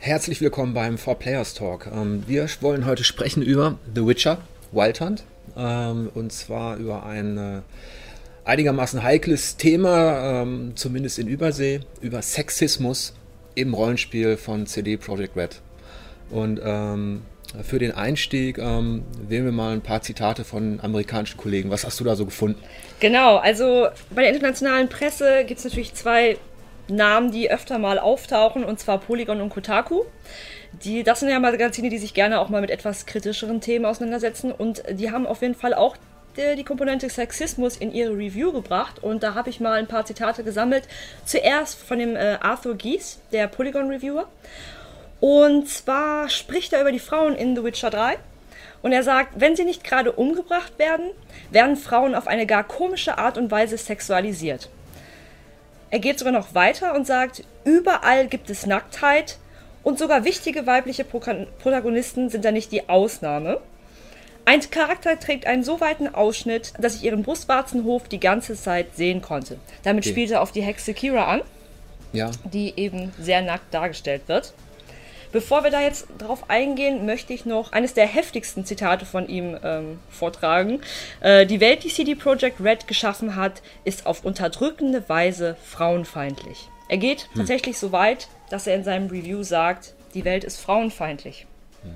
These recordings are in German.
Herzlich willkommen beim 4Players Talk. Wir wollen heute sprechen über The Witcher Wild Hunt, und zwar über ein einigermaßen heikles Thema, zumindest in Übersee, über Sexismus im Rollenspiel von CD Projekt Red. Und für den Einstieg wählen wir mal ein paar Zitate von amerikanischen Kollegen. Was hast du da so gefunden? Genau, also bei der internationalen Presse gibt es natürlich zwei Namen, die öfter mal auftauchen, und zwar Polygon und Kotaku. Das sind ja Magazine, die sich gerne auch mal mit etwas kritischeren Themen auseinandersetzen, und die haben auf jeden Fall auch die Komponente Sexismus in ihre Review gebracht, und da habe ich mal ein paar Zitate gesammelt. Zuerst von dem Arthur Gies, der Polygon-Reviewer, und zwar spricht er über die Frauen in The Witcher 3. Und er sagt, wenn sie nicht gerade umgebracht werden, werden Frauen auf eine gar komische Art und Weise sexualisiert. Er geht sogar noch weiter und sagt, überall gibt es Nacktheit und sogar wichtige weibliche Protagonisten sind da nicht die Ausnahme. Ein Charakter trägt einen so weiten Ausschnitt, dass ich ihren Brustwarzenhof die ganze Zeit sehen konnte. Damit spielt er auf die Hexe Kira an, Ja. die eben sehr nackt dargestellt wird. Bevor wir da jetzt drauf eingehen, möchte ich noch eines der heftigsten Zitate von ihm vortragen. Die Welt, die CD Projekt Red geschaffen hat, ist auf unterdrückende Weise frauenfeindlich. Er geht tatsächlich so weit, dass er in seinem Review sagt, die Welt ist frauenfeindlich.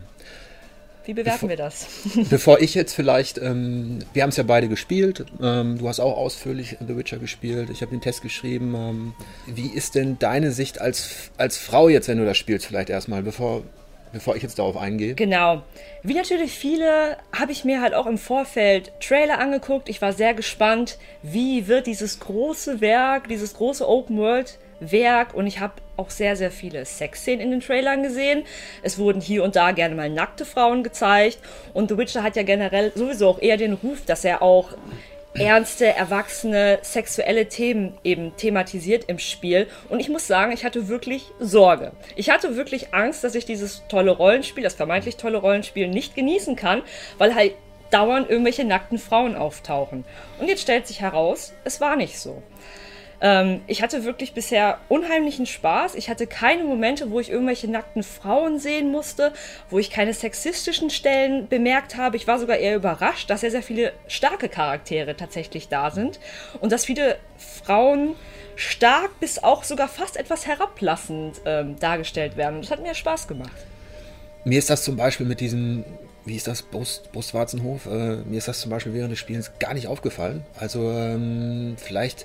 Wie bewerten wir das? Bevor ich jetzt vielleicht, wir haben es ja beide gespielt, du hast auch ausführlich The Witcher gespielt, ich habe den Test geschrieben. Wie ist denn deine Sicht als Frau jetzt, wenn du das spielst, vielleicht erstmal, bevor ich jetzt darauf eingehe? Genau. Wie natürlich viele habe ich mir halt auch im Vorfeld Trailer angeguckt. Ich war sehr gespannt, wie wird dieses große Werk, dieses große Open-World-Werk, und ich habe auch sehr, sehr viele Sexszenen in den Trailern gesehen. Es wurden hier und da gerne mal nackte Frauen gezeigt, und The Witcher hat ja generell sowieso auch eher den Ruf, dass er auch ernste, erwachsene, sexuelle Themen eben thematisiert im Spiel. Und ich muss sagen, ich hatte wirklich Sorge. Ich hatte wirklich Angst, dass ich dieses tolle Rollenspiel, das vermeintlich tolle Rollenspiel, nicht genießen kann, weil halt dauernd irgendwelche nackten Frauen auftauchen. Und jetzt stellt sich heraus, es war nicht so. Ich hatte wirklich bisher unheimlichen Spaß. Ich hatte keine Momente, wo ich irgendwelche nackten Frauen sehen musste, wo ich keine sexistischen Stellen bemerkt habe. Ich war sogar eher überrascht, dass sehr viele starke Charaktere tatsächlich da sind und dass viele Frauen stark bis auch sogar fast etwas herablassend dargestellt werden. Das hat mir Spaß gemacht. Mir ist das zum Beispiel mit diesem, wie ist das, Brustwarzenhof, mir ist das zum Beispiel während des Spielens gar nicht aufgefallen. Also vielleicht...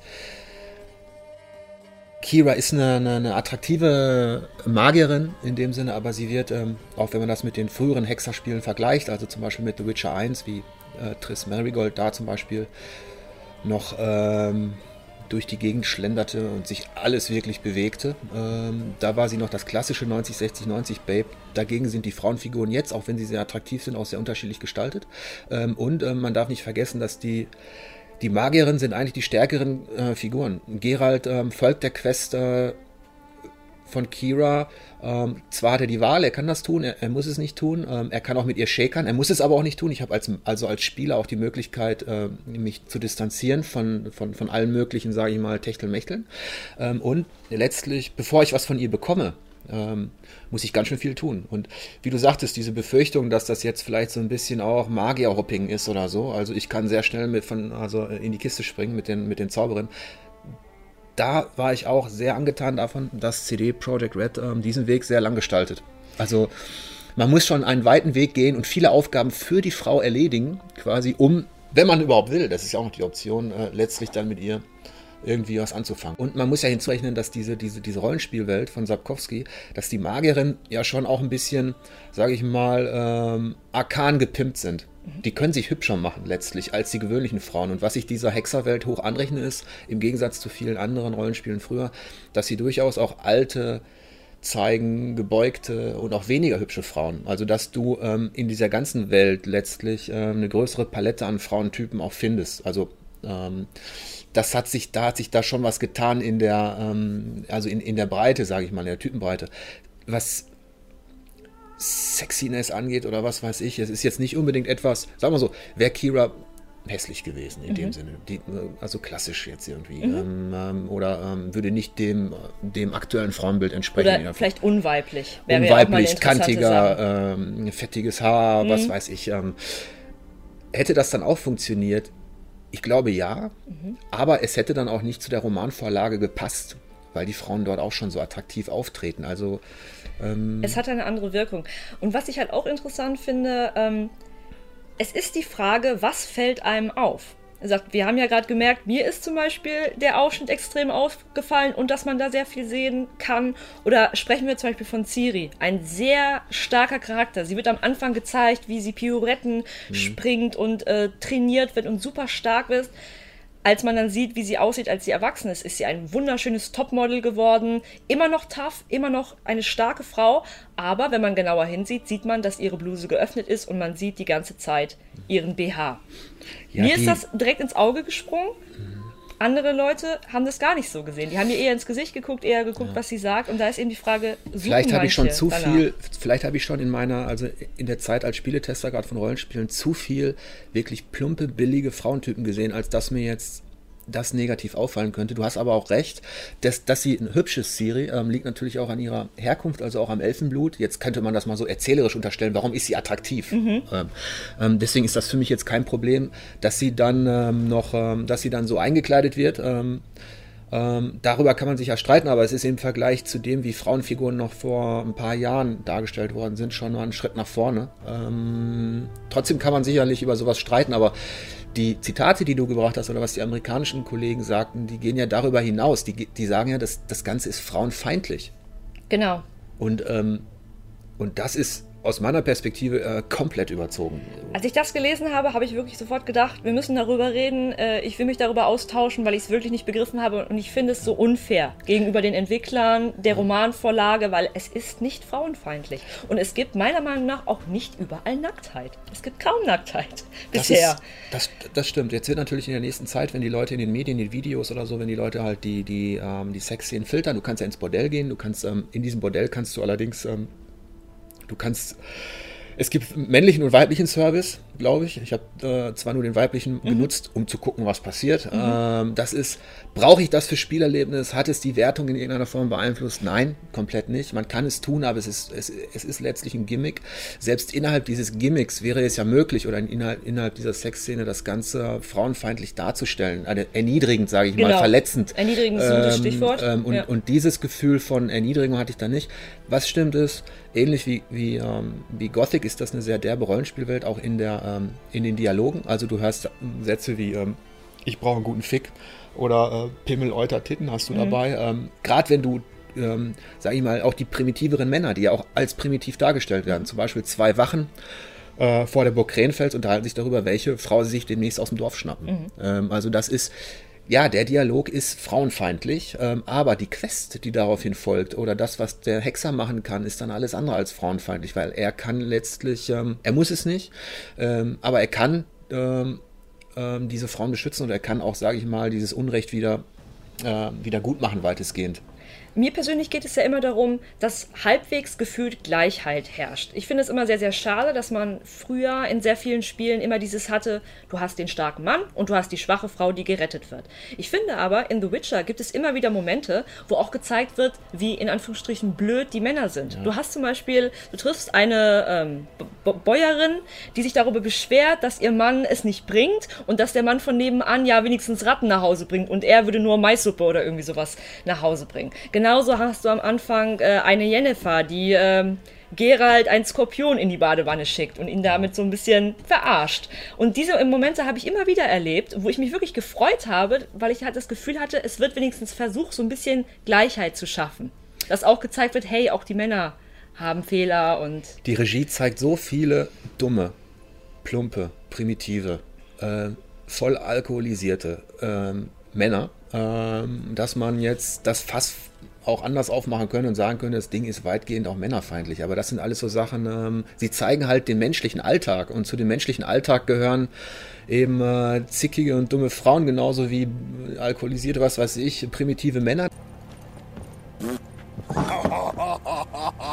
Kira ist eine attraktive Magierin in dem Sinne, aber sie wird, auch wenn man das mit den früheren Hexerspielen vergleicht, also zum Beispiel mit The Witcher 1, wie Triss Merigold da zum Beispiel noch durch die Gegend schlenderte und sich alles wirklich bewegte. Da war sie noch das klassische 90-60-90 Babe. Dagegen sind die Frauenfiguren jetzt, auch wenn sie sehr attraktiv sind, auch sehr unterschiedlich gestaltet. Und man darf nicht vergessen, dass die Magierinnen sind eigentlich die stärkeren Figuren. Geralt folgt der Quest von Kira. Zwar hat er die Wahl, er kann das tun, er muss es nicht tun. Er kann auch mit ihr schäkern, er muss es aber auch nicht tun. Ich habe als Spieler auch die Möglichkeit, mich zu distanzieren von allen möglichen, sage ich mal, Techtelmechteln. Und letztlich, bevor ich was von ihr bekomme, muss ich ganz schön viel tun. Und wie du sagtest, diese Befürchtung, dass das jetzt vielleicht so ein bisschen auch Magier-Hopping ist oder so, also ich kann sehr schnell in die Kiste springen mit den Zauberinnen. Da war ich auch sehr angetan davon, dass CD Projekt Red diesen Weg sehr lang gestaltet. Also man muss schon einen weiten Weg gehen und viele Aufgaben für die Frau erledigen, quasi wenn man überhaupt will, das ist ja auch noch die Option, letztlich dann mit ihr irgendwie was anzufangen. Und man muss ja hinzurechnen, dass diese Rollenspielwelt von Sapkowski, dass die Magierinnen ja schon auch ein bisschen, sage ich mal, arkan gepimpt sind. Die können sich hübscher machen letztlich als die gewöhnlichen Frauen. Und was ich dieser Hexerwelt hoch anrechne, ist, im Gegensatz zu vielen anderen Rollenspielen früher, dass sie durchaus auch alte zeigen, gebeugte und auch weniger hübsche Frauen. Also dass du in dieser ganzen Welt letztlich eine größere Palette an Frauentypen auch findest. Also da hat sich da schon was getan in der, also in der Breite, sage ich mal, in der Typenbreite. Was Sexiness angeht oder was weiß ich, es ist jetzt nicht unbedingt etwas, sagen wir so, wer Kira hässlich gewesen in dem Sinne. Also klassisch jetzt irgendwie. Oder würde nicht dem aktuellen Frauenbild entsprechen. Oder vielleicht unweiblich. Wäre ja auch mal eine interessante kantiger, fettiges Haar, was weiß ich. Hätte das dann auch funktioniert? Ich glaube ja, aber es hätte dann auch nicht zu der Romanvorlage gepasst, weil die Frauen dort auch schon so attraktiv auftreten. Also es hat eine andere Wirkung. Und was ich halt auch interessant finde, es ist die Frage, was fällt einem auf? Er sagt, wir haben ja gerade gemerkt, mir ist zum Beispiel der Ausschnitt extrem aufgefallen und dass man da sehr viel sehen kann. Oder sprechen wir zum Beispiel von Ciri, ein sehr starker Charakter. Sie wird am Anfang gezeigt, wie sie Pirouetten springt und trainiert wird und super stark ist. Als man dann sieht, wie sie aussieht, als sie erwachsen ist sie ein wunderschönes Topmodel geworden. Immer noch tough, immer noch eine starke Frau. Aber wenn man genauer hinsieht, sieht man, dass ihre Bluse geöffnet ist und man sieht die ganze Zeit ihren BH. Ja, mir ist das direkt ins Auge gesprungen. Andere Leute haben das gar nicht so gesehen. Die haben ihr eher ins Gesicht geguckt, was sie sagt. Und da ist eben die Frage, vielleicht habe ich schon zu viel, vielleicht habe ich schon also in der Zeit als Spieletester, gerade von Rollenspielen, zu viel wirklich plumpe, billige Frauentypen gesehen, als dass mir jetzt das negativ auffallen könnte. Du hast aber auch recht, dass sie ein hübsches Ciri liegt natürlich auch an ihrer Herkunft, also auch am Elfenblut. Jetzt könnte man das mal so erzählerisch unterstellen, warum ist sie attraktiv? Deswegen ist das für mich jetzt kein Problem, dass sie dann dass sie dann so eingekleidet wird. Darüber kann man sich ja streiten, aber es ist im Vergleich zu dem, wie Frauenfiguren noch vor ein paar Jahren dargestellt worden sind, schon mal ein Schritt nach vorne. Trotzdem kann man sicherlich über sowas streiten, aber die Zitate, die du gebracht hast, oder was die amerikanischen Kollegen sagten, die gehen ja darüber hinaus. Die sagen ja, dass das Ganze ist frauenfeindlich. Genau. Und das ist aus meiner Perspektive komplett überzogen. Als ich das gelesen habe, habe ich wirklich sofort gedacht, wir müssen darüber reden, ich will mich darüber austauschen, weil ich es wirklich nicht begriffen habe und ich finde es so unfair gegenüber den Entwicklern der Romanvorlage, weil es ist nicht frauenfeindlich. Und es gibt meiner Meinung nach auch nicht überall Nacktheit. Es gibt kaum Nacktheit bisher. Das stimmt. Jetzt wird natürlich in der nächsten Zeit, wenn die Leute in den Medien, in den Videos oder so, wenn die Leute halt die Sexszenen filtern, du kannst ja ins Bordell gehen, du kannst in diesem Bordell kannst du allerdings es gibt männlichen und weiblichen Service, glaube ich. Ich habe zwar nur den weiblichen genutzt, um zu gucken, was passiert. Brauche ich das für Spielerlebnis? Hat es die Wertung in irgendeiner Form beeinflusst? Nein, komplett nicht. Man kann es tun, aber es ist letztlich ein Gimmick. Selbst innerhalb dieses Gimmicks wäre es ja möglich, oder innerhalb dieser Sexszene das Ganze frauenfeindlich darzustellen. Erniedrigend, sage ich mal, verletzend. Erniedrigend ist das Stichwort. Und dieses Gefühl von Erniedrigung hatte ich da nicht. Was stimmt ist, ähnlich wie Gothic ist das eine sehr derbe Rollenspielwelt, auch in den Dialogen. Also du hörst Sätze wie ich brauche einen guten Fick oder Pimmel, Euter, Titten hast du dabei. Gerade wenn du, sag ich mal, auch die primitiveren Männer, die ja auch als primitiv dargestellt werden, zum Beispiel 2 Wachen vor der Burg Krenfels unterhalten sich darüber, welche Frau sie sich demnächst aus dem Dorf schnappen. Also das ist, ja, der Dialog ist frauenfeindlich, aber die Quest, die daraufhin folgt, oder das, was der Hexer machen kann, ist dann alles andere als frauenfeindlich, weil er kann letztlich, er muss es nicht, aber er kann diese Frauen beschützen und er kann auch, sage ich mal, dieses Unrecht wieder gut machen, weitestgehend. Mir persönlich geht es ja immer darum, dass halbwegs gefühlt Gleichheit herrscht. Ich finde es immer sehr, sehr schade, dass man früher in sehr vielen Spielen immer dieses hatte, du hast den starken Mann und du hast die schwache Frau, die gerettet wird. Ich finde aber, in The Witcher gibt es immer wieder Momente, wo auch gezeigt wird, wie in Anführungsstrichen blöd die Männer sind. Ja. Du hast zum Beispiel, du triffst eine Bäuerin, die sich darüber beschwert, dass ihr Mann es nicht bringt und dass der Mann von nebenan ja wenigstens Ratten nach Hause bringt und er würde nur Maissuppe oder irgendwie sowas nach Hause bringen. Genauso hast du am Anfang eine Yennefer, die Geralt einen Skorpion in die Badewanne schickt und ihn damit so ein bisschen verarscht. Und diese Momente habe ich immer wieder erlebt, wo ich mich wirklich gefreut habe, weil ich halt das Gefühl hatte, es wird wenigstens versucht, so ein bisschen Gleichheit zu schaffen. Dass auch gezeigt wird, hey, auch die Männer haben Fehler und... Die Regie zeigt so viele dumme, plumpe, primitive, voll alkoholisierte Männer, dass man jetzt das Fass auch anders aufmachen können und sagen können, das Ding ist weitgehend auch männerfeindlich. Aber das sind alles so Sachen, sie zeigen halt den menschlichen Alltag. Und zu dem menschlichen Alltag gehören eben zickige und dumme Frauen, genauso wie alkoholisierte, was weiß ich, primitive Männer.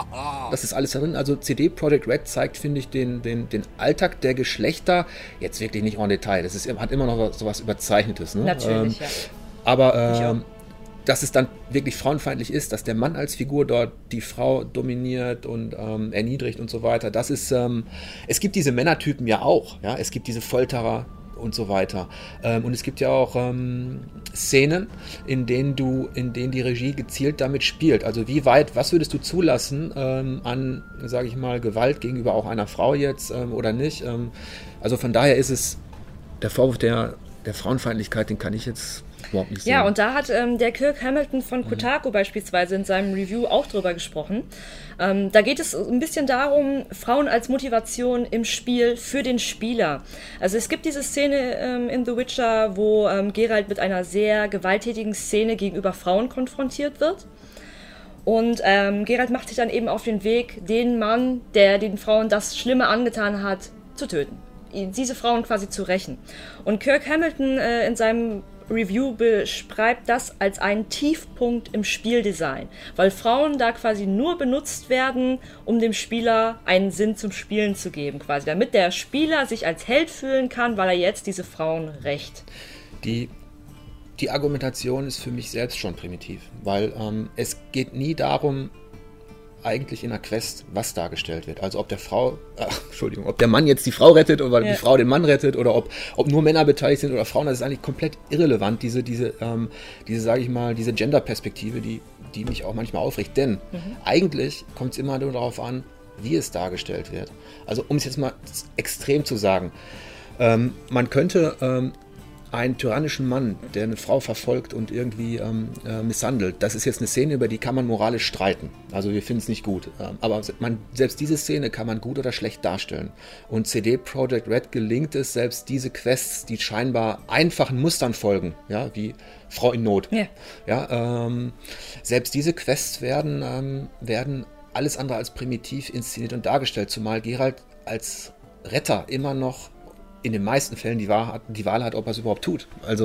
das ist alles darin. Also CD Projekt Red zeigt, finde ich, den Alltag der Geschlechter jetzt wirklich nicht en Detail. Das hat immer noch so was Überzeichnetes. Ne? Natürlich, ja. Aber dass es dann wirklich frauenfeindlich ist, dass der Mann als Figur dort die Frau dominiert und erniedrigt und so weiter, das ist, es gibt diese Männertypen ja auch, ja, es gibt diese Folterer und so weiter. Und es gibt ja auch Szenen, in denen die Regie gezielt damit spielt. Also was würdest du zulassen an, sage ich mal, Gewalt gegenüber auch einer Frau jetzt oder nicht? Also von daher ist es der Vorwurf der Frauenfeindlichkeit, den kann ich jetzt überhaupt nicht sehen. Ja, und da hat der Kirk Hamilton von Kotaku beispielsweise in seinem Review auch drüber gesprochen. Da geht es ein bisschen darum, Frauen als Motivation im Spiel für den Spieler. Also es gibt diese Szene in The Witcher, wo Geralt mit einer sehr gewalttätigen Szene gegenüber Frauen konfrontiert wird. Und Geralt macht sich dann eben auf den Weg, den Mann, der den Frauen das Schlimme angetan hat, zu töten. Diese Frauen quasi zu rächen. Und Kirk Hamilton in seinem Review beschreibt das als einen Tiefpunkt im Spieldesign, weil Frauen da quasi nur benutzt werden, um dem Spieler einen Sinn zum Spielen zu geben, quasi, damit der Spieler sich als Held fühlen kann, weil er jetzt diese Frauen rächt. Die Argumentation ist für mich selbst schon primitiv, weil es geht nie darum, eigentlich in einer Quest, was dargestellt wird. Also ob der Mann jetzt die Frau rettet oder die Frau den Mann rettet oder ob nur Männer beteiligt sind oder Frauen, das ist eigentlich komplett irrelevant, diese sage ich mal, diese Gender-Perspektive, die mich auch manchmal aufregt. Denn eigentlich kommt es immer nur darauf an, wie es dargestellt wird. Also um es jetzt mal extrem zu sagen, man könnte einen tyrannischen Mann, der eine Frau verfolgt und irgendwie misshandelt, das ist jetzt eine Szene, über die kann man moralisch streiten. Also wir finden es nicht gut. Aber selbst diese Szene kann man gut oder schlecht darstellen. Und CD Projekt Red gelingt es, selbst diese Quests, die scheinbar einfachen Mustern folgen, ja, wie Frau in Not. Ja, selbst diese Quests werden alles andere als primitiv inszeniert und dargestellt, zumal Geralt als Retter immer noch in den meisten Fällen die Wahl hat, ob er es überhaupt tut. Also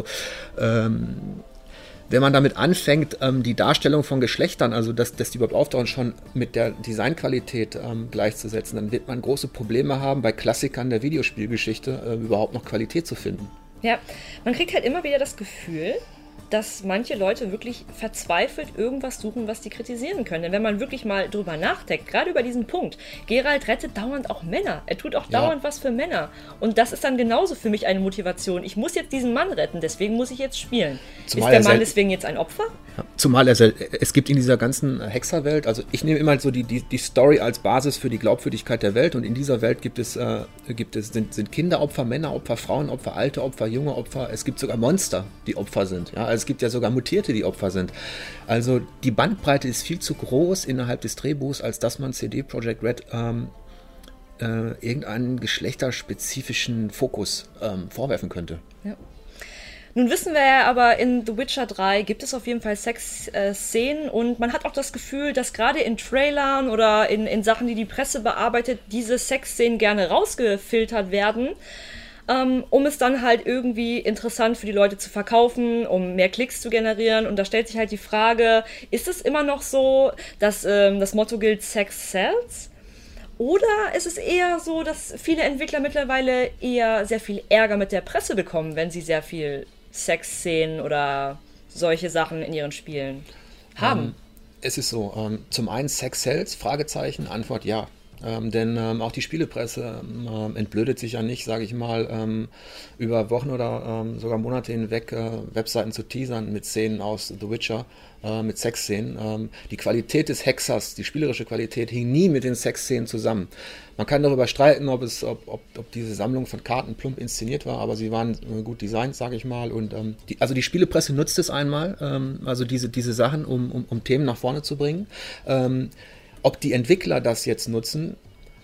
wenn man damit anfängt, die Darstellung von Geschlechtern, also dass die überhaupt auftauchen, schon mit der Designqualität gleichzusetzen, dann wird man große Probleme haben, bei Klassikern der Videospielgeschichte überhaupt noch Qualität zu finden. Ja, man kriegt halt immer wieder das Gefühl, dass manche Leute wirklich verzweifelt irgendwas suchen, was die kritisieren können. Denn wenn man wirklich mal drüber nachdenkt, gerade über diesen Punkt, Geralt rettet dauernd auch Männer. Er tut auch dauernd was für Männer. Und das ist dann genauso für mich eine Motivation. Ich muss jetzt diesen Mann retten, deswegen muss ich jetzt spielen. Ist der Mann deswegen jetzt ein Opfer? Ja, zumal es gibt in dieser ganzen Hexerwelt, also ich nehme immer so die Story als Basis für die Glaubwürdigkeit der Welt, und in dieser Welt sind Kinderopfer, Männeropfer, Frauenopfer, alte Opfer, junge Opfer, es gibt sogar Monster, die Opfer sind. Ja? Also es gibt ja sogar Mutierte, die Opfer sind. Also die Bandbreite ist viel zu groß innerhalb des Drehbuchs, als dass man CD Projekt Red irgendeinen geschlechterspezifischen Fokus vorwerfen könnte. Ja. Nun wissen wir ja aber, in The Witcher 3 gibt es auf jeden Fall Sexszenen, und man hat auch das Gefühl, dass gerade in Trailern oder in Sachen, die Presse bearbeitet, diese Sexszenen gerne rausgefiltert werden, um es dann halt irgendwie interessant für die Leute zu verkaufen, um mehr Klicks zu generieren. Und da stellt sich halt die Frage, ist es immer noch so, dass das Motto gilt, Sex sells? Oder ist es eher so, dass viele Entwickler mittlerweile eher sehr viel Ärger mit der Presse bekommen, wenn sie sehr viel Sexszenen oder solche Sachen in ihren Spielen haben? Es ist so, zum einen Sex sells, Fragezeichen, Antwort ja. Denn auch die Spielepresse entblödet sich ja nicht, sage ich mal, über Wochen oder sogar Monate hinweg Webseiten zu teasern mit Szenen aus The Witcher, mit Sexszenen. Die Qualität des Hexers, die spielerische Qualität, hing nie mit den Sexszenen zusammen. Man kann darüber streiten, ob diese Sammlung von Karten plump inszeniert war, aber sie waren gut designt, sage ich mal. Und die Spielepresse nutzt es einmal, also diese Sachen, um Themen nach vorne zu bringen. Ob die Entwickler das jetzt nutzen,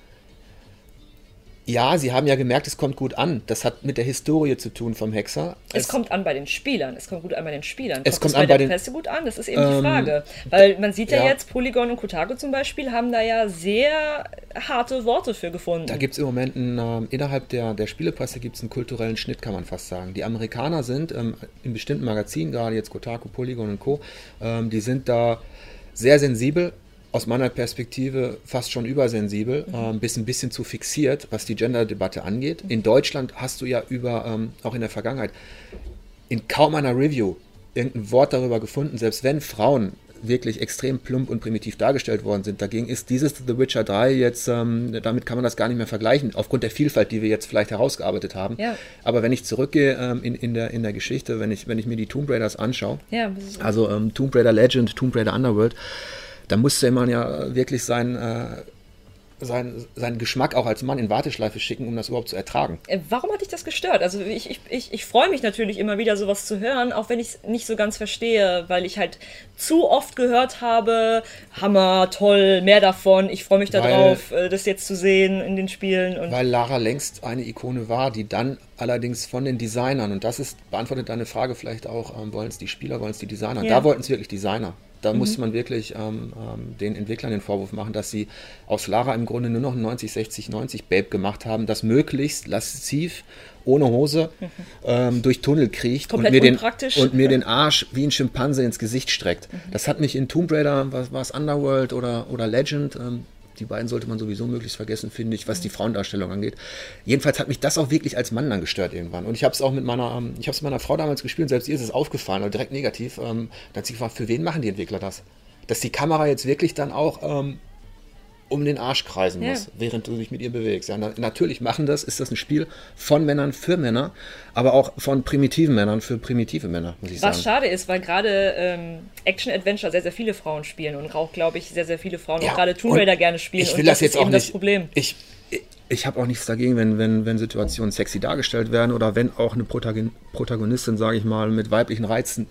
ja, sie haben ja gemerkt, es kommt gut an. Das hat mit der Historie zu tun vom Hexer. Es kommt an bei den Spielern. Es kommt gut an bei den Spielern. Es kommt an bei der Presse gut an? Das ist eben die Frage. Weil man sieht ja jetzt, Polygon und Kotaku zum Beispiel haben da ja sehr harte Worte für gefunden. Da gibt es im Moment innerhalb der Spielepresse gibt es einen kulturellen Schnitt, kann man fast sagen. Die Amerikaner sind in bestimmten Magazinen, gerade jetzt Kotaku, Polygon und Co., die sind da sehr sensibel aus meiner Perspektive fast schon übersensibel, ein bisschen zu fixiert, was die Gender-Debatte angeht. In Deutschland hast du ja auch in der Vergangenheit, in kaum einer Review irgendein Wort darüber gefunden, selbst wenn Frauen wirklich extrem plump und primitiv dargestellt worden sind. Dagegen ist dieses The Witcher 3 jetzt, damit kann man das gar nicht mehr vergleichen, aufgrund der Vielfalt, die wir jetzt vielleicht herausgearbeitet haben. Ja. Aber wenn ich zurückgehe in der Geschichte, wenn ich mir die Tomb Raiders anschaue, also Tomb Raider Legend, Tomb Raider Underworld, da musste man ja wirklich seinen Geschmack auch als Mann in Warteschleife schicken, um das überhaupt zu ertragen. Warum hat dich das gestört? Also ich freue mich natürlich immer wieder, sowas zu hören, auch wenn ich es nicht so ganz verstehe, weil ich halt zu oft gehört habe, Hammer, toll, mehr davon, ich freue mich darauf, das jetzt zu sehen in den Spielen. Und weil Lara längst eine Ikone war, die dann allerdings von den Designern, und das beantwortet deine Frage vielleicht auch, wollen es die Spieler, wollen es die Designer? Ja. Da wollten es wirklich Designer. Da muss man wirklich den Entwicklern den Vorwurf machen, dass sie aus Lara im Grunde nur noch ein 90-60-90 Babe gemacht haben, das möglichst lasziv, ohne Hose, durch Tunnel kriecht und mir den Arsch wie ein Schimpanse ins Gesicht streckt. Das hat mich in Tomb Raider, war es Underworld oder Legend, die beiden sollte man sowieso möglichst vergessen, finde ich, was die Frauendarstellung angeht. Jedenfalls hat mich das auch wirklich als Mann dann gestört irgendwann. Und ich habe es auch mit meiner Frau damals gespielt und selbst ihr ist es aufgefallen, oder direkt negativ. Da hat sie gefragt, für wen machen die Entwickler das? Dass die Kamera jetzt wirklich dann auch um den Arsch kreisen muss, während du dich mit ihr bewegst. Ja, natürlich ist das ein Spiel von Männern für Männer, aber auch von primitiven Männern für primitive Männer, muss ich sagen. Was schade ist, weil gerade Action-Adventure sehr, sehr viele Frauen spielen und auch, glaube ich, sehr, sehr viele Frauen auch gerade Tomb Raider gerne spielen. Ich will das jetzt auch nicht. Das Problem. Ich habe auch nichts dagegen, wenn Situationen sexy dargestellt werden oder wenn auch eine Protagonistin, sage ich mal, mit weiblichen Reizen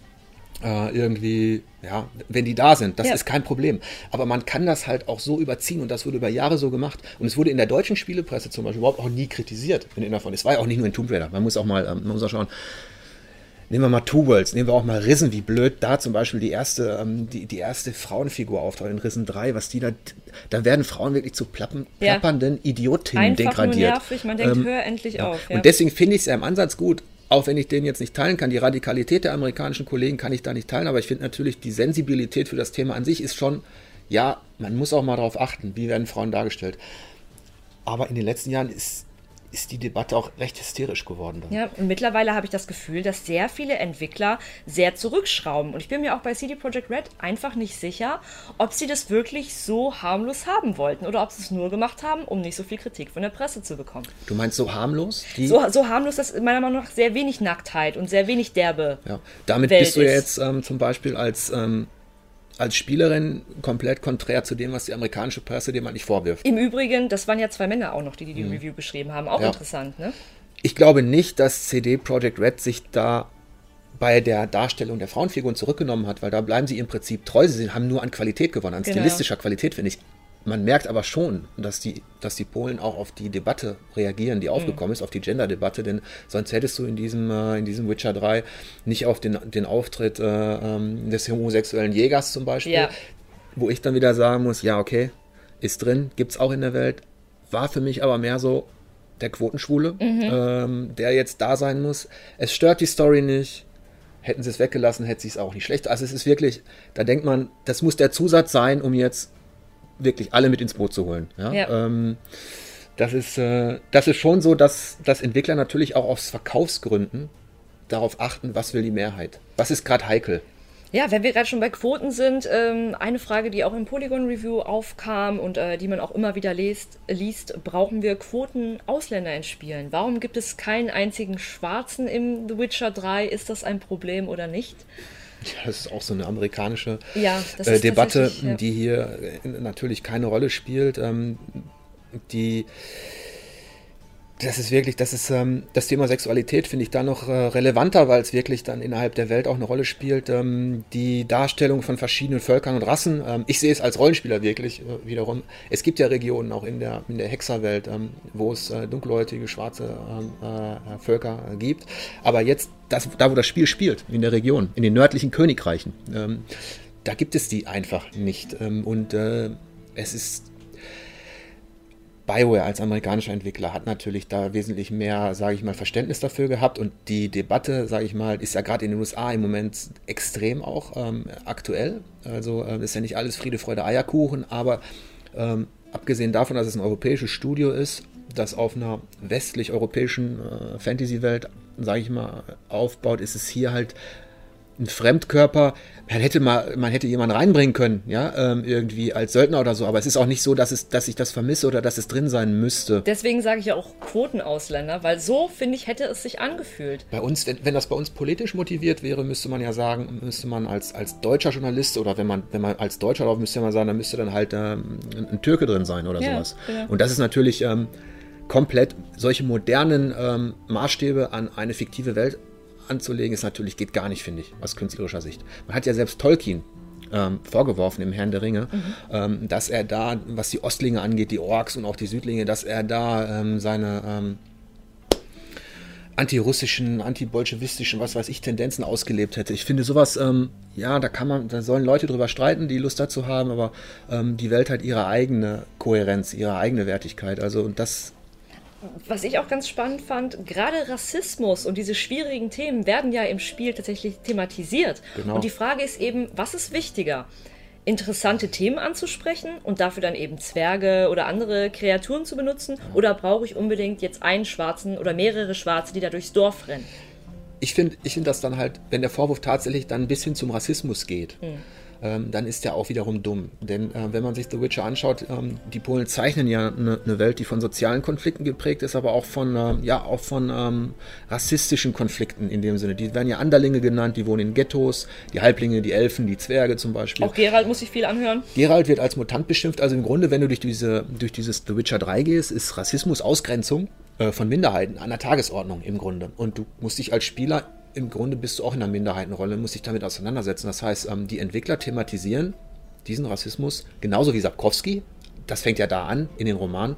irgendwie, ja, wenn die da sind, das ist kein Problem. Aber man kann das halt auch so überziehen und das wurde über Jahre so gemacht. Und es wurde in der deutschen Spielepresse zum Beispiel überhaupt auch nie kritisiert. Es war ja auch nicht nur in Tomb Raider. Man muss auch schauen. Nehmen wir mal Two Worlds, nehmen wir auch mal Risen, wie blöd da zum Beispiel die erste Frauenfigur auftaucht in Risen 3, was die da werden Frauen wirklich zu plappernden Idiotinnen einfach degradiert. Einfach nur nervig, man denkt, hör endlich auf. Ja. Und deswegen finde ich es ja im Ansatz gut, auch wenn ich den jetzt nicht teilen kann, die Radikalität der amerikanischen Kollegen kann ich da nicht teilen, aber ich finde natürlich, die Sensibilität für das Thema an sich ist schon, ja, man muss auch mal darauf achten, wie werden Frauen dargestellt. Aber in den letzten Jahren ist die Debatte auch recht hysterisch geworden. Dann. Ja, und mittlerweile habe ich das Gefühl, dass sehr viele Entwickler sehr zurückschrauben. Und ich bin mir auch bei CD Projekt Red einfach nicht sicher, ob sie das wirklich so harmlos haben wollten oder ob sie es nur gemacht haben, um nicht so viel Kritik von der Presse zu bekommen. Du meinst so harmlos? So harmlos, dass meiner Meinung nach sehr wenig Nacktheit und sehr wenig derbe damit Welt bist du ja jetzt zum Beispiel als Spielerin komplett konträr zu dem, was die amerikanische Presse dem eigentlich vorwirft. Im Übrigen, das waren ja 2 Männer auch noch, die Review geschrieben haben. Auch interessant, ne? Ich glaube nicht, dass CD Projekt Red sich da bei der Darstellung der Frauenfiguren zurückgenommen hat, weil da bleiben sie im Prinzip treu. Sie haben nur an Qualität gewonnen, an stilistischer Qualität, finde ich. Man merkt aber schon, dass die Polen auch auf die Debatte reagieren, die aufgekommen ist, auf die Gender-Debatte, denn sonst hättest du in diesem Witcher 3 nicht auf den Auftritt des homosexuellen Jägers zum Beispiel, wo ich dann wieder sagen muss, ja okay, ist drin, gibt's auch in der Welt, war für mich aber mehr so der Quotenschwule, der jetzt da sein muss. Es stört die Story nicht. Hätten sie es weggelassen, hätte sie es auch nicht schlecht. Also es ist wirklich, da denkt man, das muss der Zusatz sein, um jetzt wirklich alle mit ins Boot zu holen. Ja? Das ist schon so, dass Entwickler natürlich auch aus Verkaufsgründen darauf achten, was will die Mehrheit. Was ist gerade heikel? Ja, wenn wir gerade schon bei Quoten sind, eine Frage, die auch im Polygon Review aufkam und die man auch immer wieder liest, brauchen wir Quoten Ausländer in Spielen? Warum gibt es keinen einzigen Schwarzen im The Witcher 3? Ist das ein Problem oder nicht? Ja, das ist auch so eine amerikanische Debatte, die hier natürlich keine Rolle spielt. Das Thema Sexualität finde ich da noch relevanter, weil es wirklich dann innerhalb der Welt auch eine Rolle spielt. Die Darstellung von verschiedenen Völkern und Rassen. Ich sehe es als Rollenspieler wirklich wiederum. Es gibt ja Regionen auch in der Hexerwelt, wo es dunkelhäutige, schwarze Völker gibt. Aber jetzt, da wo das Spiel spielt, in der Region, in den nördlichen Königreichen, da gibt es die einfach nicht. Es ist BioWare als amerikanischer Entwickler hat natürlich da wesentlich mehr, sage ich mal, Verständnis dafür gehabt und die Debatte, sage ich mal, ist ja gerade in den USA im Moment extrem auch aktuell. Also ist ja nicht alles Friede, Freude, Eierkuchen, aber abgesehen davon, dass es ein europäisches Studio ist, das auf einer westlich-europäischen Fantasy-Welt, sage ich mal, aufbaut, ist es hier halt ein Fremdkörper. Man hätte jemanden reinbringen können, ja, irgendwie als Söldner oder so, aber es ist auch nicht so, dass ich das vermisse oder dass es drin sein müsste. Deswegen sage ich ja auch Quotenausländer, weil so, finde ich, hätte es sich angefühlt. Bei uns, wenn das bei uns politisch motiviert wäre, müsste man ja sagen, müsste man als deutscher Journalist oder wenn man als Deutscher drauf müsste man sagen, dann müsste dann halt ein Türke drin sein oder sowas. Ja. Und das ist natürlich komplett solche modernen Maßstäbe an eine fiktive Welt anzulegen, geht gar nicht, finde ich, aus künstlerischer Sicht. Man hat ja selbst Tolkien vorgeworfen im Herrn der Ringe, dass er da, was die Ostlinge angeht, die Orks und auch die Südlinge, dass er da seine antirussischen, antibolschewistischen, was weiß ich, Tendenzen ausgelebt hätte. Ich finde sowas, da sollen Leute drüber streiten, die Lust dazu haben, aber die Welt hat ihre eigene Kohärenz, ihre eigene Wertigkeit. Also und das. Was ich auch ganz spannend fand, gerade Rassismus und diese schwierigen Themen werden ja im Spiel tatsächlich thematisiert. Genau. Und die Frage ist eben, was ist wichtiger? Interessante Themen anzusprechen und dafür dann eben Zwerge oder andere Kreaturen zu benutzen? Oder brauche ich unbedingt jetzt einen Schwarzen oder mehrere Schwarze, die da durchs Dorf rennen? Ich find das dann halt, wenn der Vorwurf tatsächlich dann ein bisschen zum Rassismus geht, dann ist der auch wiederum dumm. Denn wenn man sich The Witcher anschaut, die Polen zeichnen ja eine Welt, die von sozialen Konflikten geprägt ist, aber auch von rassistischen Konflikten in dem Sinne. Die werden ja Anderlinge genannt, die wohnen in Ghettos, die Halblinge, die Elfen, die Zwerge zum Beispiel. Auch Geralt muss sich viel anhören. Geralt wird als Mutant beschimpft, also im Grunde, wenn du durch dieses The Witcher 3 gehst, ist Rassismus Ausgrenzung von Minderheiten an der Tagesordnung im Grunde. Und du musst dich als Spieler im Grunde bist du auch in einer Minderheitenrolle, musst dich damit auseinandersetzen. Das heißt, die Entwickler thematisieren diesen Rassismus, genauso wie Sapkowski, das fängt ja da an in den Romanen,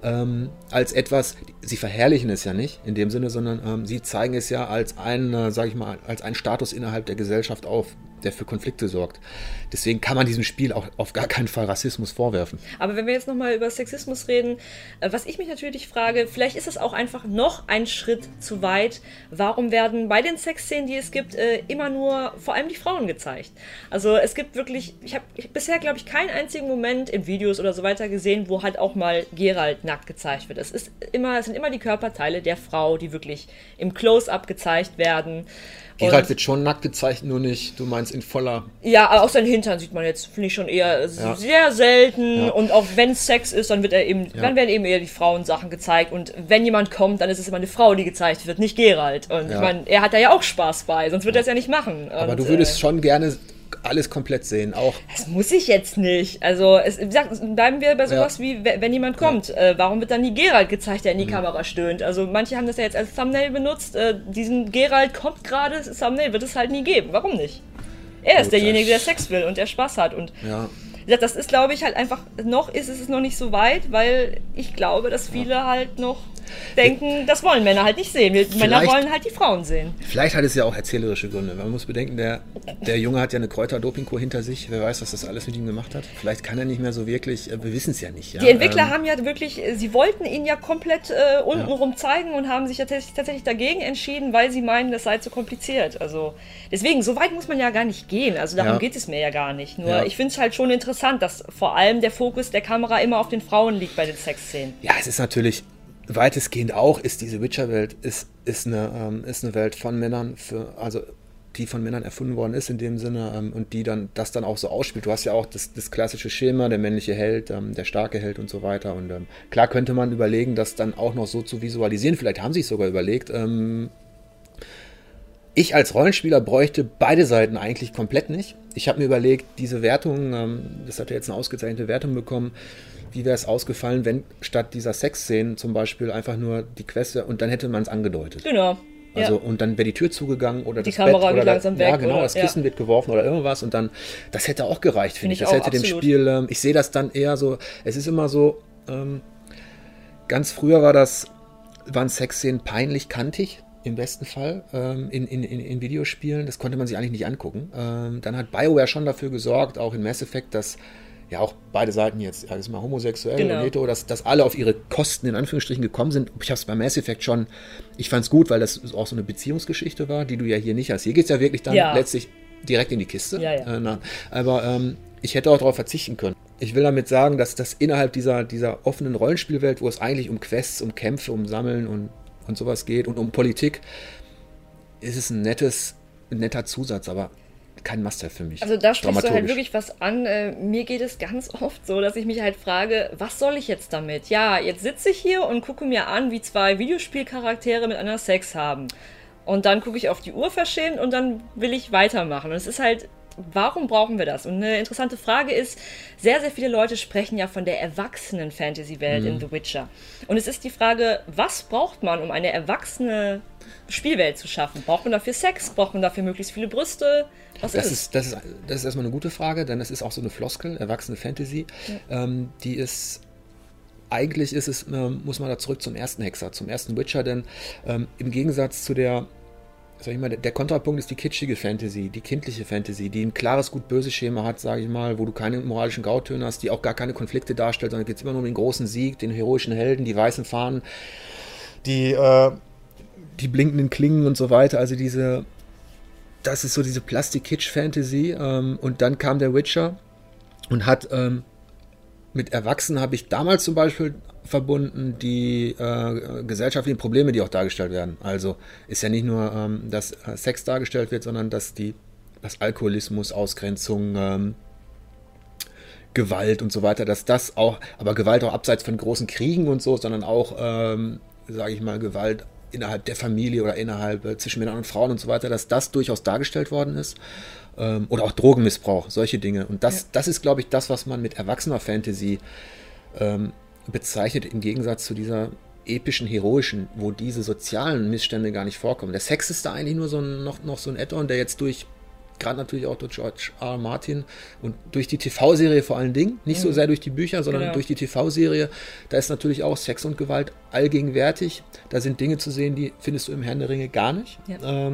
als etwas, sie verherrlichen es ja nicht in dem Sinne, sondern sie zeigen es ja als einen Status innerhalb der Gesellschaft auf, der für Konflikte sorgt. Deswegen kann man diesem Spiel auch auf gar keinen Fall Rassismus vorwerfen. Aber wenn wir jetzt nochmal über Sexismus reden, was ich mich natürlich frage, vielleicht ist es auch einfach noch ein Schritt zu weit. Warum werden bei den Sexszenen, die es gibt, immer nur vor allem die Frauen gezeigt? Also es gibt wirklich, ich habe bisher, glaube ich, keinen einzigen Moment in Videos oder so weiter gesehen, wo halt auch mal Geralt nackt gezeigt wird. Es sind immer die Körperteile der Frau, die wirklich im Close-Up gezeigt werden. Geralt wird schon nackt gezeigt, nur nicht, du meinst in voller... Ja, auch seinen Hintern sieht man jetzt, finde ich, schon eher sehr selten. Ja. Und auch wenn es Sex ist, dann werden eben eher die Frauensachen gezeigt. Und wenn jemand kommt, dann ist es immer eine Frau, die gezeigt wird, nicht Geralt. Und ich meine, er hat da ja auch Spaß bei, sonst wird er es ja nicht machen. Aber du würdest schon gerne alles komplett sehen, auch. Das muss ich jetzt nicht. Also, wie gesagt, bleiben wir bei sowas wie, wenn jemand kommt, warum wird dann nie Geralt gezeigt, der in die Kamera stöhnt? Also, manche haben das ja jetzt als Thumbnail benutzt. Diesen Geralt kommt gerade, das Thumbnail wird es halt nie geben. Warum nicht? Er ist derjenige, der Sex will und der Spaß hat. Und das ist, glaube ich, halt einfach, ist es noch nicht so weit, weil ich glaube, dass viele halt noch denken, das wollen Männer halt nicht sehen. Männer wollen halt die Frauen sehen. Vielleicht hat es ja auch erzählerische Gründe. Man muss bedenken, der Junge hat ja eine Kräuterdopingkur hinter sich. Wer weiß, was das alles mit ihm gemacht hat. Vielleicht kann er nicht mehr so wirklich, wir wissen es ja nicht. Ja? Die Entwickler haben ja wirklich, sie wollten ihn ja komplett untenrum zeigen und haben sich ja tatsächlich dagegen entschieden, weil sie meinen, das sei zu kompliziert. Also deswegen, so weit muss man ja gar nicht gehen. Also darum geht es mir ja gar nicht. Nur ich finde es halt schon interessant, dass vor allem der Fokus der Kamera immer auf den Frauen liegt bei den Sexszenen. Ja, es ist natürlich weitestgehend auch, ist diese Witcher-Welt ist eine Welt von Männern, die von Männern erfunden worden ist in dem Sinne und die dann das dann auch so ausspielt. Du hast ja auch das klassische Schema, der männliche Held, der starke Held und so weiter. Und klar könnte man überlegen, das dann auch noch so zu visualisieren. Vielleicht haben sie es sogar überlegt. Ich als Rollenspieler bräuchte beide Seiten eigentlich komplett nicht. Ich habe mir überlegt, diese Wertung, das hat ja jetzt eine ausgezeichnete Wertung bekommen, wie wäre es ausgefallen, wenn statt dieser Sexszenen zum Beispiel einfach nur die Quest und dann hätte man es angedeutet. Genau. Also und dann wäre die Tür zugegangen oder die das Kamera Bett oder langsam weg. Ja, genau, das Kissen wird geworfen oder irgendwas und dann, das hätte auch gereicht, finde ich. Das hätte absolut dem Spiel, ich sehe das dann eher so, es ist immer so, ganz früher waren Sexszenen peinlich kantig. Im besten Fall in Videospielen. Das konnte man sich eigentlich nicht angucken. Dann hat BioWare schon dafür gesorgt, auch in Mass Effect, dass ja auch beide Seiten jetzt, ist mal homosexuell Genau. oder hetero, dass alle auf ihre Kosten in Anführungsstrichen gekommen sind. Ich habe es bei Mass Effect schon, ich fand es gut, weil das auch so eine Beziehungsgeschichte war, die du ja hier nicht hast. Hier geht es ja wirklich dann letztlich direkt in die Kiste. Ja. Aber ich hätte auch darauf verzichten können. Ich will damit sagen, dass das innerhalb dieser offenen Rollenspielwelt, wo es eigentlich um Quests, um Kämpfe, um Sammeln und sowas geht und um Politik, ist es ein netter Zusatz, aber kein Must-have für mich. Also da sprichst du halt wirklich was an. Mir geht es ganz oft so, dass ich mich halt frage, was soll ich jetzt damit? Ja, jetzt sitze ich hier und gucke mir an, wie zwei Videospielcharaktere miteinander Sex haben. Und dann gucke ich auf die Uhr verschämt und dann will ich weitermachen. Und es ist halt, warum brauchen wir das? Und eine interessante Frage ist, sehr, sehr viele Leute sprechen ja von der erwachsenen Fantasy-Welt in The Witcher. Und es ist die Frage, was braucht man, um eine erwachsene Spielwelt zu schaffen? Braucht man dafür Sex? Braucht man dafür möglichst viele Brüste? Was ist es? Das ist erstmal eine gute Frage, denn es ist auch so eine Floskel, erwachsene Fantasy, die ist, eigentlich ist es, muss man da zurück zum ersten Hexer, zum ersten Witcher, denn im Gegensatz zu der Kontrapunkt ist die kitschige Fantasy, die kindliche Fantasy, die ein klares Gut-Böse-Schema hat, sage ich mal, wo du keine moralischen Grautöne hast, die auch gar keine Konflikte darstellt, sondern geht es immer nur um den großen Sieg, den heroischen Helden, die weißen Fahnen, die blinkenden Klingen und so weiter, also das ist so diese Plastik-Kitsch-Fantasy, und dann kam der Witcher und hat mit Erwachsenen habe ich damals zum Beispiel verbunden die gesellschaftlichen Probleme, die auch dargestellt werden. Also ist ja nicht nur, dass Sex dargestellt wird, sondern dass Alkoholismus, Ausgrenzung, Gewalt und so weiter, dass das auch, aber Gewalt auch abseits von großen Kriegen und so, sondern auch, sage ich mal, Gewalt innerhalb der Familie oder innerhalb zwischen Männern und Frauen und so weiter, dass das durchaus dargestellt worden ist. Oder auch Drogenmissbrauch, solche Dinge. Und das ist, glaube ich, das, was man mit erwachsener Fantasy bezeichnet, im Gegensatz zu dieser epischen, heroischen, wo diese sozialen Missstände gar nicht vorkommen. Der Sex ist da eigentlich nur noch so ein Add-on, der jetzt gerade natürlich auch durch George R. R. Martin und durch die TV-Serie vor allen Dingen, nicht so sehr durch die Bücher, sondern durch die TV-Serie, da ist natürlich auch Sex und Gewalt allgegenwärtig. Da sind Dinge zu sehen, die findest du im Herrn der Ringe gar nicht. Ja.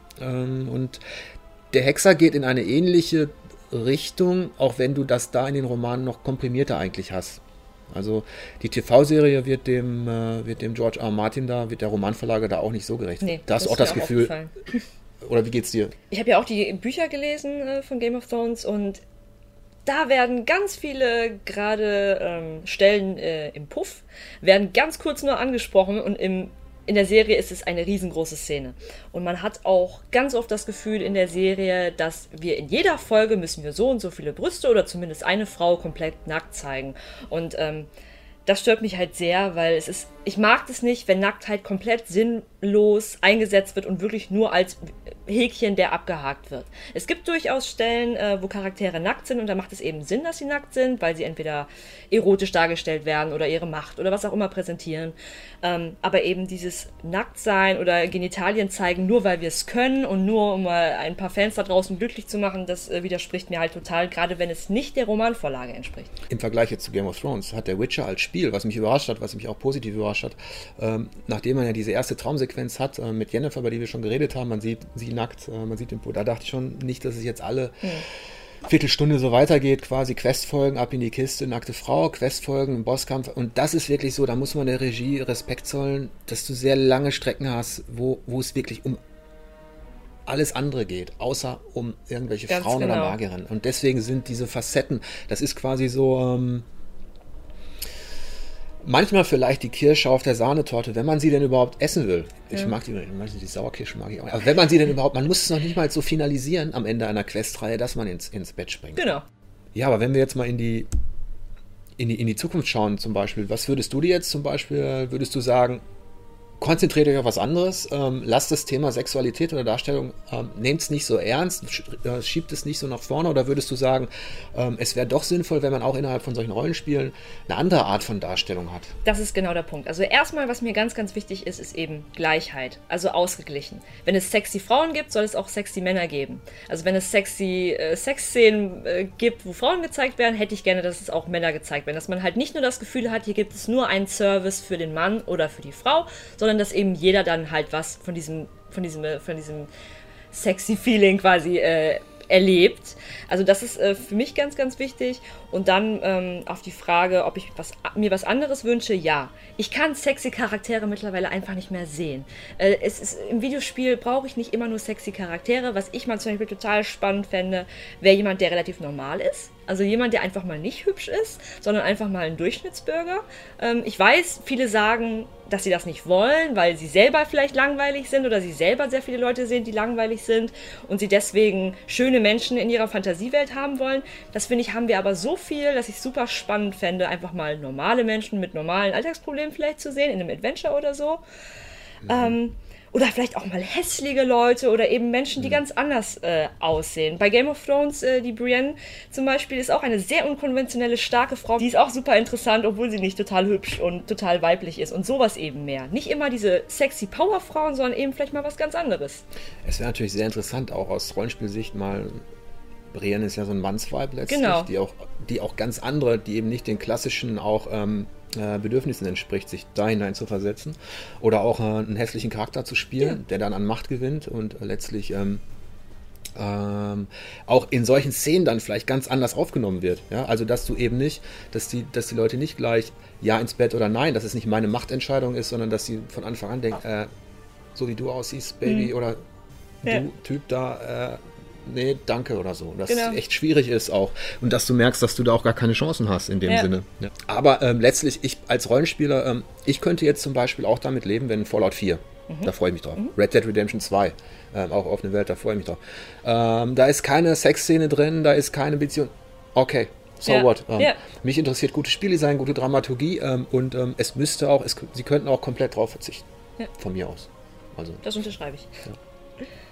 Und der Hexer geht in eine ähnliche Richtung, auch wenn du das da in den Romanen noch komprimierter eigentlich hast. Also die TV-Serie wird dem George R. R. Martin wird der Romanverleger da auch nicht so gerecht. Nee, da hast du auch das Gefühl. Oder wie geht's dir? Ich habe ja auch die Bücher gelesen von Game of Thrones und da werden ganz viele gerade Stellen im Puff, werden ganz kurz nur angesprochen und in der Serie ist es eine riesengroße Szene. Und man hat auch ganz oft das Gefühl in der Serie, dass wir in jeder Folge müssen wir so und so viele Brüste oder zumindest eine Frau komplett nackt zeigen. Und das stört mich halt sehr, weil ich mag das nicht, wenn Nacktheit komplett sinnlos eingesetzt wird und wirklich nur als Häkchen, der abgehakt wird. Es gibt durchaus Stellen, wo Charaktere nackt sind und da macht es eben Sinn, dass sie nackt sind, weil sie entweder erotisch dargestellt werden oder ihre Macht oder was auch immer präsentieren. Aber eben dieses Nacktsein oder Genitalien zeigen, nur weil wir es können und nur um mal ein paar Fans da draußen glücklich zu machen, das widerspricht mir halt total, gerade wenn es nicht der Romanvorlage entspricht. Im Vergleich jetzt zu Game of Thrones hat der Witcher als Spiel, was mich überrascht hat, was mich auch positiv überrascht hat, nachdem man ja diese erste Traumsequenz hat mit Jennifer, über die wir schon geredet haben, man sieht sie nackt, man sieht den Po, da dachte ich schon nicht, dass es jetzt alle Viertelstunde so weitergeht, quasi Questfolgen, ab in die Kiste, nackte Frau, Questfolgen, Bosskampf, und das ist wirklich so, da muss man der Regie Respekt zollen, dass du sehr lange Strecken hast, wo es wirklich um alles andere geht, außer um irgendwelche Ganz Frauen genau. oder Magierinnen, und deswegen sind diese Facetten, das ist quasi so manchmal vielleicht die Kirsche auf der Sahnetorte, wenn man sie denn überhaupt essen will. Ich mag die Sauerkirsche mag ich auch. Aber wenn man sie denn überhaupt, man muss es noch nicht mal so finalisieren am Ende einer Questreihe, dass man ins Bett springt. Genau. Ja, aber wenn wir jetzt mal in die Zukunft schauen zum Beispiel, was würdest du dir jetzt zum Beispiel, würdest du sagen, konzentriert euch auf was anderes, lasst das Thema Sexualität oder Darstellung, nehmt es nicht so ernst, schiebt es nicht so nach vorne, oder würdest du sagen, es wäre doch sinnvoll, wenn man auch innerhalb von solchen Rollenspielen eine andere Art von Darstellung hat? Das ist genau der Punkt. Also erstmal, was mir ganz, ganz wichtig ist, ist eben Gleichheit, also ausgeglichen. Wenn es sexy Frauen gibt, soll es auch sexy Männer geben. Also wenn es sexy Sexszenen gibt, wo Frauen gezeigt werden, hätte ich gerne, dass es auch Männer gezeigt werden. Dass man halt nicht nur das Gefühl hat, hier gibt es nur einen Service für den Mann oder für die Frau, sondern dass eben jeder dann halt was von diesem sexy Feeling quasi erlebt. Also das ist für mich ganz, ganz wichtig. Und dann auf die Frage, ob ich mir was anderes wünsche, ja. Ich kann sexy Charaktere mittlerweile einfach nicht mehr sehen. Im Videospiel brauche ich nicht immer nur sexy Charaktere. Was ich mal zum Beispiel total spannend fände, wäre jemand, der relativ normal ist. Also jemand, der einfach mal nicht hübsch ist, sondern einfach mal ein Durchschnittsbürger. Ich weiß, viele sagen, dass sie das nicht wollen, weil sie selber vielleicht langweilig sind oder sie selber sehr viele Leute sehen, die langweilig sind und sie deswegen schöne Menschen in ihrer Fantasiewelt haben wollen. Das finde ich, haben wir aber so viel, dass ich es super spannend fände, einfach mal normale Menschen mit normalen Alltagsproblemen vielleicht zu sehen, in einem Adventure oder so. Oder vielleicht auch mal hässliche Leute oder eben Menschen, die ganz anders aussehen. Bei Game of Thrones, die Brienne zum Beispiel, ist auch eine sehr unkonventionelle, starke Frau. Die ist auch super interessant, obwohl sie nicht total hübsch und total weiblich ist. Und sowas eben mehr. Nicht immer diese sexy Powerfrauen, sondern eben vielleicht mal was ganz anderes. Es wäre natürlich sehr interessant, auch aus Rollenspielsicht mal... Brienne ist ja so ein Mannsweib letztlich, genau. die auch ganz andere, die eben nicht den klassischen auch Bedürfnissen entspricht, sich da hinein zu versetzen oder auch einen hässlichen Charakter zu spielen, der dann an Macht gewinnt und letztlich auch in solchen Szenen dann vielleicht ganz anders aufgenommen wird. Ja? Also dass du eben nicht, dass die Leute nicht gleich ja ins Bett oder nein, dass es nicht meine Machtentscheidung ist, sondern dass sie von Anfang an denken, so wie du aussiehst, Baby, oder du Typ da, nee, danke oder so. Das echt schwierig ist auch. Und dass du merkst, dass du da auch gar keine Chancen hast in dem Sinne. Ja. Aber letztlich, ich als Rollenspieler, ich könnte jetzt zum Beispiel auch damit leben, wenn Fallout 4, da freue ich mich drauf. Red Dead Redemption 2, auch offene Welt, da freue ich mich drauf. Da ist keine Sexszene drin, da ist keine Beziehung. Okay, so what? Mich interessiert gutes Spieldesign, gute Dramaturgie und es müsste auch, sie könnten auch komplett drauf verzichten. Von mir aus. Also, das unterschreibe ich. Ja.